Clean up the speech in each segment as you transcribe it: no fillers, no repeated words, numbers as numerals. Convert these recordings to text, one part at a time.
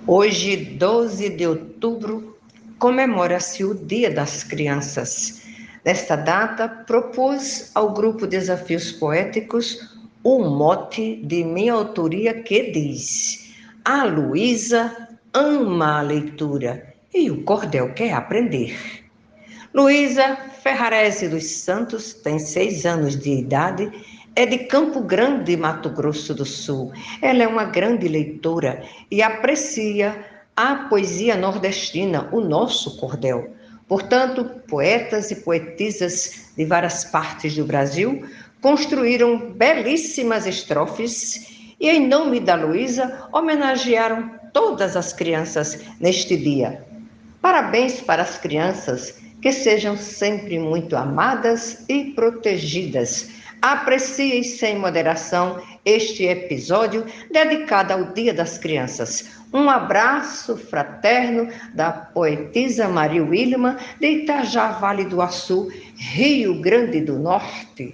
Hoje, 12 de outubro, comemora-se o Dia das Crianças. Nesta data, propus ao grupo Desafios Poéticos um mote de minha autoria que diz: a Luísa ama a leitura e o cordel quer aprender. Luísa Ferrarese dos Santos tem 6 anos de idade, é de Campo Grande, Mato Grosso do Sul. Ela é uma grande leitora e aprecia a poesia nordestina, o nosso cordel. Portanto, poetas e poetisas de várias partes do Brasil construíram belíssimas estrofes e, em nome da Luísa, homenagearam todas as crianças neste dia. Parabéns para as crianças, que sejam sempre muito amadas e protegidas. Aprecie sem moderação este episódio dedicado ao Dia das Crianças. Um abraço fraterno da poetisa Maria Wilma, de Itajá, Vale do Açu, Rio Grande do Norte.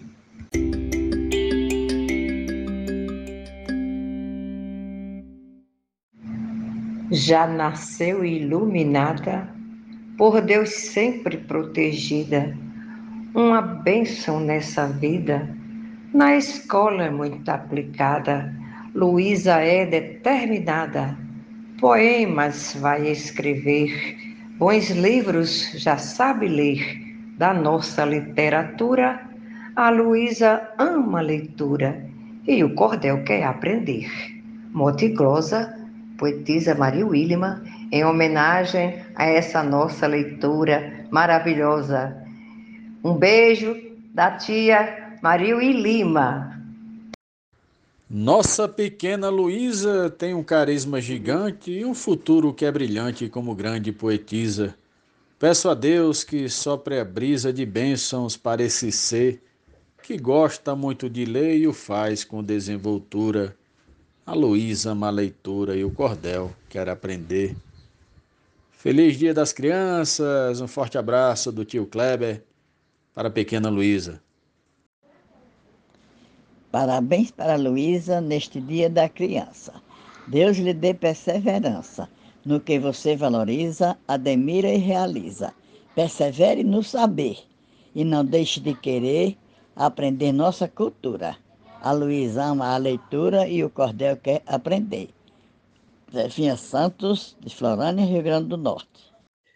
Já nasceu iluminada, por Deus sempre protegida, uma bênção nessa vida. Na escola é muito aplicada, Luísa é determinada, poemas vai escrever, bons livros já sabe ler, da nossa literatura, a Luísa ama a leitura e o cordel quer aprender. Mote glosa, poetisa Maria Wilma, em homenagem a essa nossa leitura maravilhosa. Um beijo da tia Maria Lima. Nossa pequena Luísa tem um carisma gigante e um futuro que é brilhante como grande poetisa. Peço a Deus que sopre a brisa de bênçãos para esse ser que gosta muito de ler e o faz com desenvoltura. A Luísa ama a leitura e o cordel quer aprender. Feliz Dia das Crianças, um forte abraço do tio Kleber para a pequena Luísa. Parabéns para a Luísa neste Dia da Criança. Deus lhe dê perseverança no que você valoriza, admira e realiza. Persevere no saber e não deixe de querer aprender nossa cultura. A Luísa ama a leitura e o cordel quer aprender. Zefinha Santos, de Florânia, Rio Grande do Norte.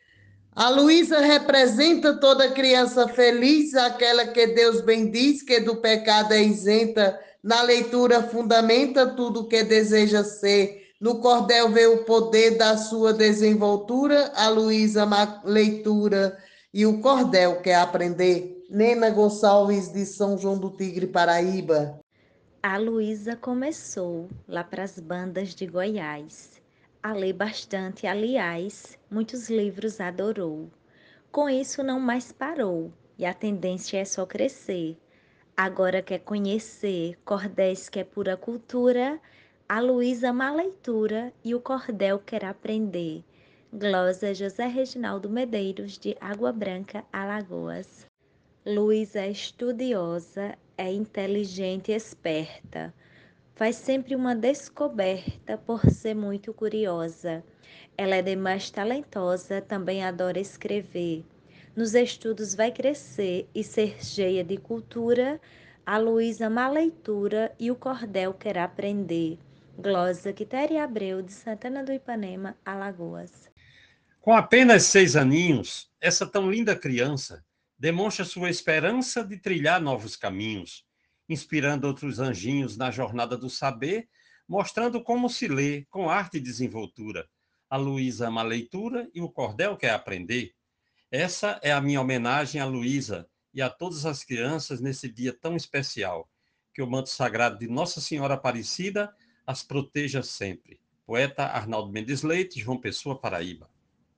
A Luísa representa toda criança feliz, aquela que Deus bendiz, que do pecado é isenta, na leitura fundamenta tudo que deseja ser. No cordel vê o poder da sua desenvoltura, a Luísa ama a leitura e o cordel quer aprender. Nena Gonçalves, de São João do Tigre, Paraíba. A Luísa começou lá pras bandas de Goiás a ler bastante, aliás, muitos livros adorou. Com isso não mais parou, e a tendência é só crescer. Agora quer conhecer, cordéis que é pura cultura, a Luísa ama a leitura e o cordel quer aprender. Glosa José Reginaldo Medeiros, de Água Branca, Alagoas. Luísa é estudiosa, é inteligente e esperta. Faz sempre uma descoberta por ser muito curiosa. Ela é demais talentosa, também adora escrever. Nos estudos vai crescer e ser cheia de cultura. A Luísa ama a leitura e o cordel quer aprender. Glosa Quitéria Abreu, de Santana do Ipanema, Alagoas. Com apenas 6 aninhos, essa tão linda criança demonstra sua esperança de trilhar novos caminhos, inspirando outros anjinhos na jornada do saber, mostrando como se lê com arte e desenvoltura. A Luísa ama a leitura e o cordel quer aprender. Essa é a minha homenagem à Luísa e a todas as crianças nesse dia tão especial. Que o manto sagrado de Nossa Senhora Aparecida as proteja sempre. Poeta Arnaldo Mendes Leite, João Pessoa, Paraíba.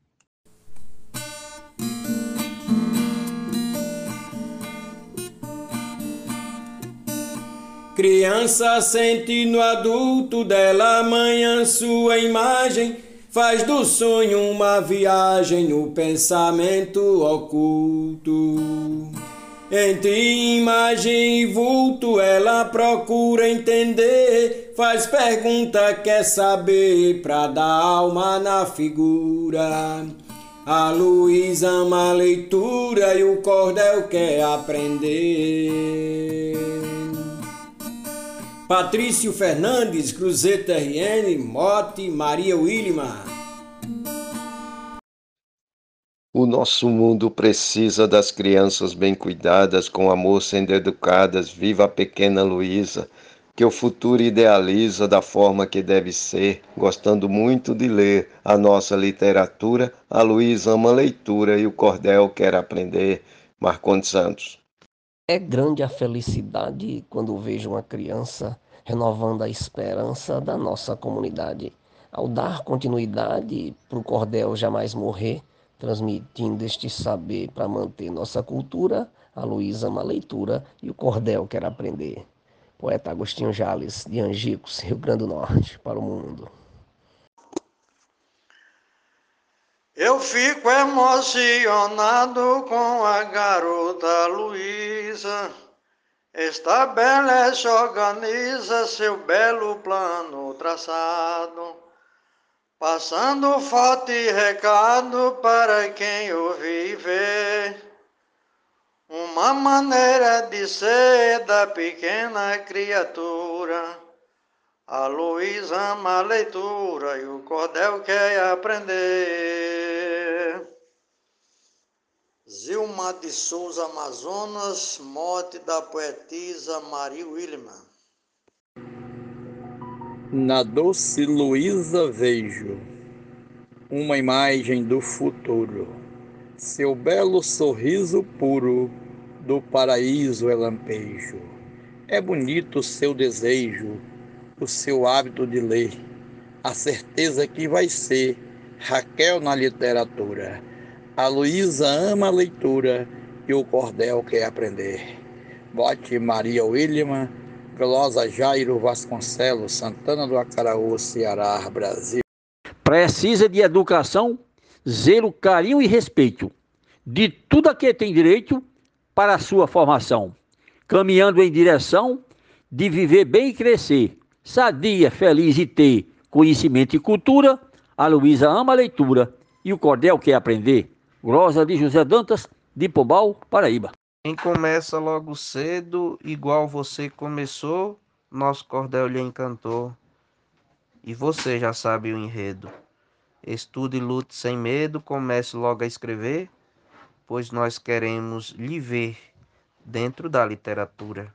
Criança sente no adulto dela amanhã sua imagem, faz do sonho uma viagem no pensamento oculto. Entre imagem e vulto ela procura entender, faz pergunta, quer saber, pra dar alma na figura. A Luísa ama a leitura e o cordel quer aprender. Patrício Fernandes, Cruzeta RN, Mote, Maria Wilma. O nosso mundo precisa das crianças bem cuidadas, com amor sendo educadas. Viva a pequena Luísa, que o futuro idealiza da forma que deve ser, gostando muito de ler a nossa literatura. A Luísa ama a leitura e o cordel quer aprender. Marcondes Santos. É grande a felicidade quando vejo uma criança renovando a esperança da nossa comunidade. Ao dar continuidade para o cordel jamais morrer, transmitindo este saber para manter nossa cultura, a Luísa ama a leitura e o cordel quer aprender. Poeta Agostinho Jales, de Angicos, Rio Grande do Norte, para o mundo. Eu fico emocionado com a garota Luísa. Estabelece, organiza seu belo plano traçado, passando forte recado para quem ouvir e ver. Uma maneira de ser da pequena criatura. A Luísa ama a leitura e o cordel quer aprender. Zilma de Souza, Amazonas, morte da poetisa Maria Wilma. Na doce Luísa vejo uma imagem do futuro, seu belo sorriso puro, do paraíso é lampejo. É bonito o seu desejo, o seu hábito de ler, a certeza que vai ser Raquel na literatura. A Luísa ama a leitura e o cordel quer aprender. Bote Maria Wilma, Glosa Jairo Vasconcelos, Santana do Acaraú, Ceará, Brasil. Precisa de educação, zelo, carinho e respeito de tudo a que tem direito para a sua formação, caminhando em direção de viver bem e crescer, sadia, feliz e ter conhecimento e cultura. A Luísa ama a leitura e o cordel quer aprender. Glosa de José Dantas, de Pombal, Paraíba. Quem começa logo cedo, igual você começou, nosso cordel lhe encantou. E você já sabe o enredo. Estude e lute sem medo, comece logo a escrever, pois nós queremos lhe ver dentro da literatura.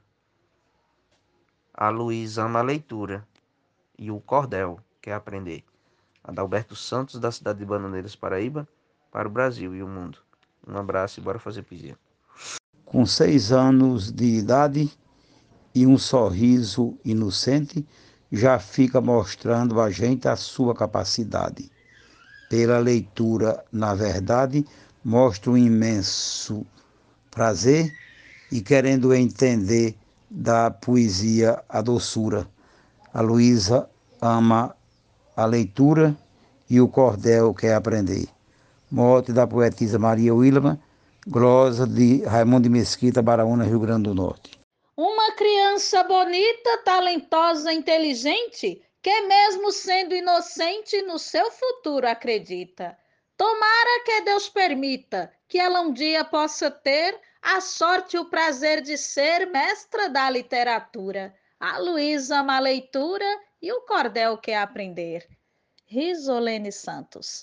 A Luísa ama a leitura e o cordel quer aprender. Adalberto Santos, da cidade de Bananeiras, Paraíba, para o Brasil e o mundo. Um abraço e bora fazer poesia. Com 6 anos de idade e um sorriso inocente, já fica mostrando a gente a sua capacidade. Pela leitura, na verdade, mostra um imenso prazer e querendo entender da poesia a doçura. A Luísa ama a leitura e o cordel quer aprender. Morte da poetisa Maria Wilma, glosa de Raimundo de Mesquita, Baraúna, Rio Grande do Norte. Uma criança bonita, talentosa, inteligente, que mesmo sendo inocente, no seu futuro acredita. Tomara que Deus permita que ela um dia possa ter a sorte e o prazer de ser mestra da literatura. A Luísa ama a leitura e o cordel quer aprender. Risolene Santos.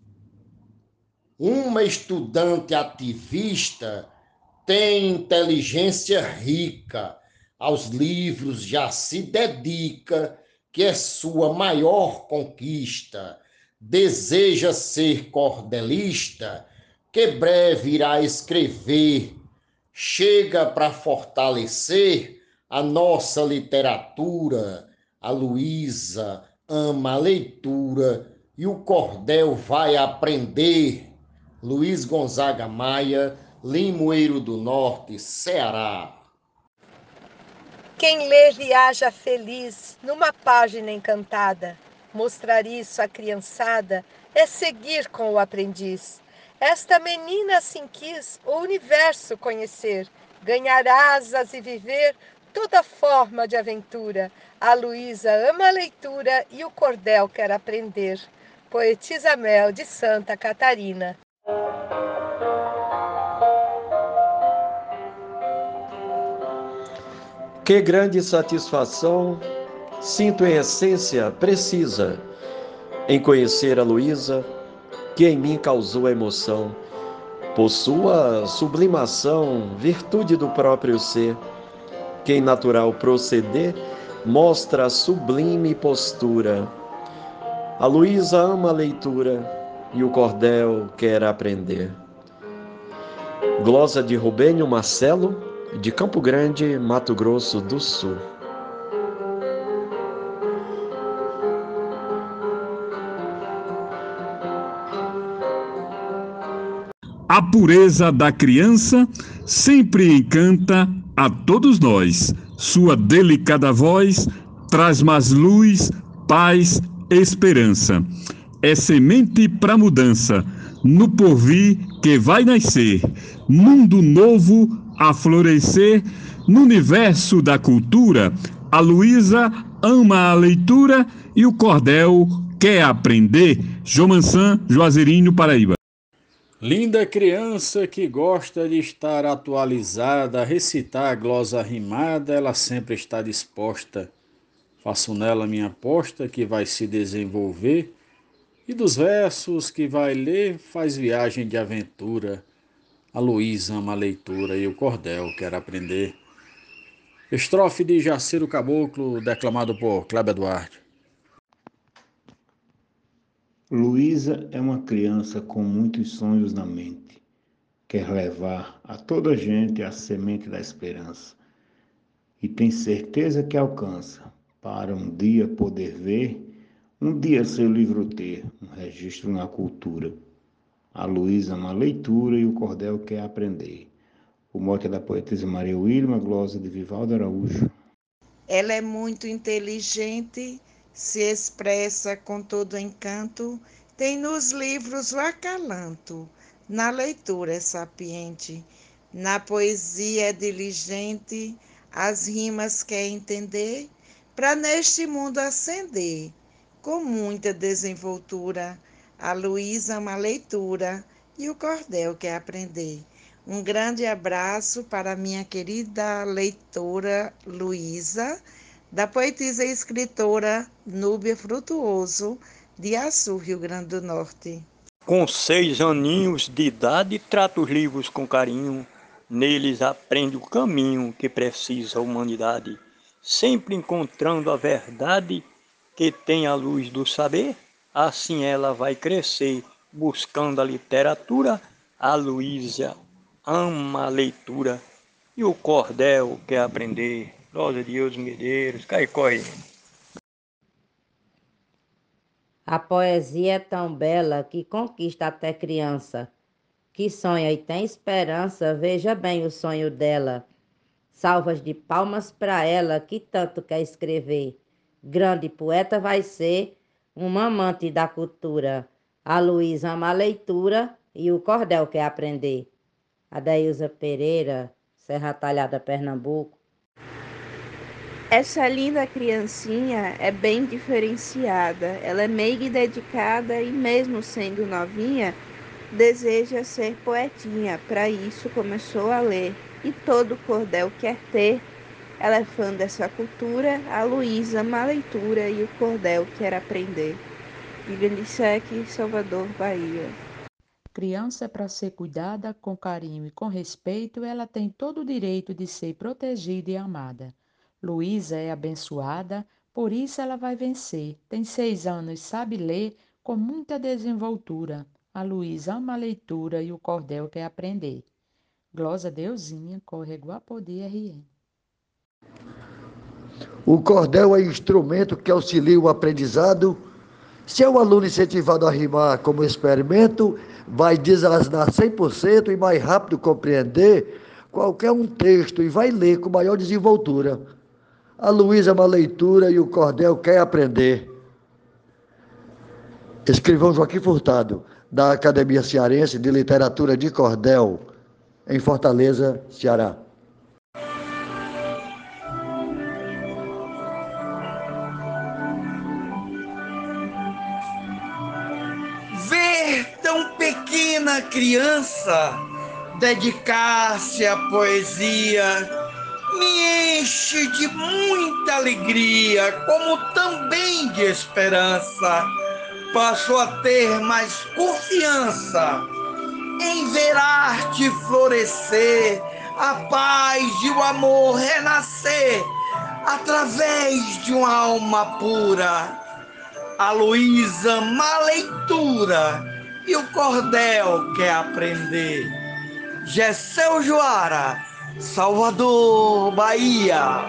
Uma estudante ativista tem inteligência rica, aos livros já se dedica, que é sua maior conquista. Deseja ser cordelista, que breve irá escrever. Chega para fortalecer a nossa literatura. A Luísa ama a leitura e o cordel vai aprender. Luiz Gonzaga Maia, Limoeiro do Norte, Ceará. Quem lê viaja feliz numa página encantada. Mostrar isso à criançada é seguir com o aprendiz. Esta menina assim quis o universo conhecer, ganhar asas e viver toda forma de aventura. A Luísa ama a leitura e o cordel quer aprender. Poetisa Mel, de Santa Catarina. Que grande satisfação sinto em essência precisa em conhecer a Luísa, que em mim causou emoção, por sua sublimação, virtude do próprio ser, que em natural proceder mostra a sublime postura. A Luísa ama a leitura e o cordel quer aprender. Glosa de Rubênio Marcelo, de Campo Grande, Mato Grosso do Sul. A pureza da criança sempre encanta a todos nós. Sua delicada voz traz mais luz, paz, esperança. É semente para mudança, no porvir que vai nascer. Mundo novo a florescer, no universo da cultura. A Luísa ama a leitura e o cordel quer aprender. Jomansan, Juazeirinho, Paraíba. Linda criança que gosta de estar atualizada, recitar a glosa rimada, ela sempre está disposta. Faço nela minha aposta que vai se desenvolver, e dos versos que vai ler faz viagem de aventura. A Luísa ama a leitura e o cordel quer aprender. Estrofe de Jaceiro Caboclo, declamado por Cléber Duarte. Luísa é uma criança com muitos sonhos na mente. Quer levar a toda gente a semente da esperança. E tem certeza que alcança, para um dia poder ver, um dia seu livro ter, um registro na cultura. A Luísa ama a leitura e o cordel quer aprender. O mote é da poetisa Maria Wilma, glosa de Vivaldo Araújo. Ela é muito inteligente, se expressa com todo encanto, tem nos livros o acalanto, na leitura é sapiente, na poesia é diligente, as rimas quer entender, para neste mundo ascender, com muita desenvoltura. A Luísa ama a leitura e o cordel quer aprender. Um grande abraço para minha querida leitora Luísa, da poetisa e escritora Núbia Frutuoso, de Açu, Rio Grande do Norte. Com 6 aninhos de idade, trata os livros com carinho. Neles aprende o caminho que precisa a humanidade, sempre encontrando a verdade que tem a luz do saber. Assim ela vai crescer, buscando a literatura. A Luísa ama a leitura e o cordel quer aprender. Glória a Deus, Medeiros, Caicói. A poesia é tão bela que conquista até criança, que sonha e tem esperança, veja bem o sonho dela. Salvas de palmas para ela, que tanto quer escrever. Grande poeta vai ser, uma amante da cultura. A Luísa ama a leitura e o cordel quer aprender. Adeilza Pereira, Serra Talhada, Pernambuco. Essa linda criancinha é bem diferenciada. Ela é meiga e dedicada e, mesmo sendo novinha, deseja ser poetinha. Para isso, começou a ler. E todo cordel quer ter. Ela é fã dessa cultura. A Luísa ama a leitura e o cordel quer aprender. Vivian de Sec, Salvador, Bahia. Criança é para ser cuidada com carinho e com respeito. Ela tem todo o direito de ser protegida e amada. Luísa é abençoada, por isso ela vai vencer. Tem 6 anos, sabe ler com muita desenvoltura. A Luísa ama a leitura e o cordel quer aprender. Glosa Deusinha, Córrego Apodi, RN. O cordel é instrumento que auxilia o aprendizado. Se é o aluno incentivado a rimar como experimento, vai desasnar 100% e mais rápido compreender qualquer um texto e vai ler com maior desenvoltura. A Luísa ama a leitura e o cordel quer aprender. Escrivão Joaquim Furtado, da Academia Cearense de Literatura de Cordel, em Fortaleza, Ceará. pequena criança, dedicar-se à poesia me enche de muita alegria, como também de esperança. Passo a ter mais confiança em ver a arte florescer, a paz e o amor renascer, através de uma alma pura. A Luísa ama leitura e o cordel quer aprender. Gessel Joara, Salvador, Bahia.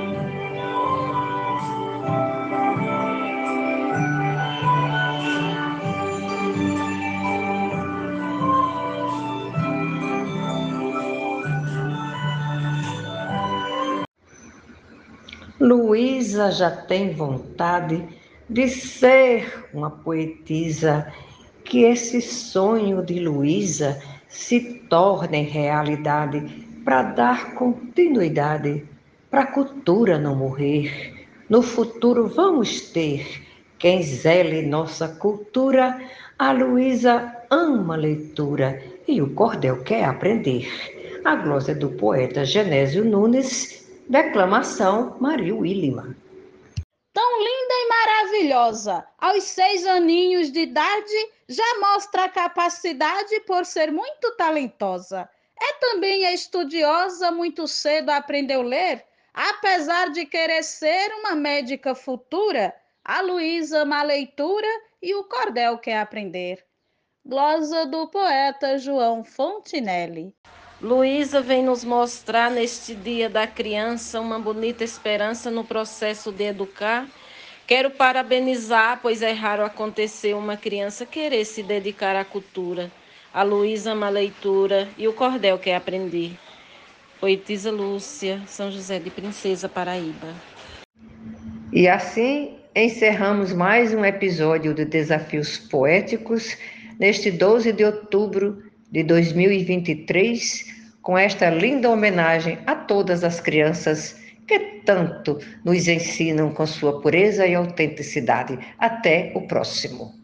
Luísa já tem vontade de ser uma poetisa, que esse sonho de Luísa se torne realidade, para dar continuidade, para a cultura não morrer. No futuro vamos ter quem zele nossa cultura. A Luísa ama leitura e o cordel quer aprender. A glosa do poeta Genésio Nunes, declamação Maria Willima. Tão linda e maravilhosa, aos 6 aninhos de idade, já mostra a capacidade por ser muito talentosa. É também estudiosa, muito cedo aprendeu a ler, apesar de querer ser uma médica futura. A Luísa ama a leitura e o cordel quer aprender. Glosa do poeta João Fontinelli. Luísa vem nos mostrar neste Dia da Criança uma bonita esperança no processo de educar. Quero parabenizar, pois é raro acontecer uma criança querer se dedicar à cultura. A Luísa ama a leitura e o cordel quer aprender. Poetisa Lúcia, São José de Princesa, Paraíba. E assim encerramos mais um episódio de Desafios Poéticos, neste 12 de outubro de 2023, com esta linda homenagem a todas as crianças que tanto nos ensinam com sua pureza e autenticidade. Até o próximo.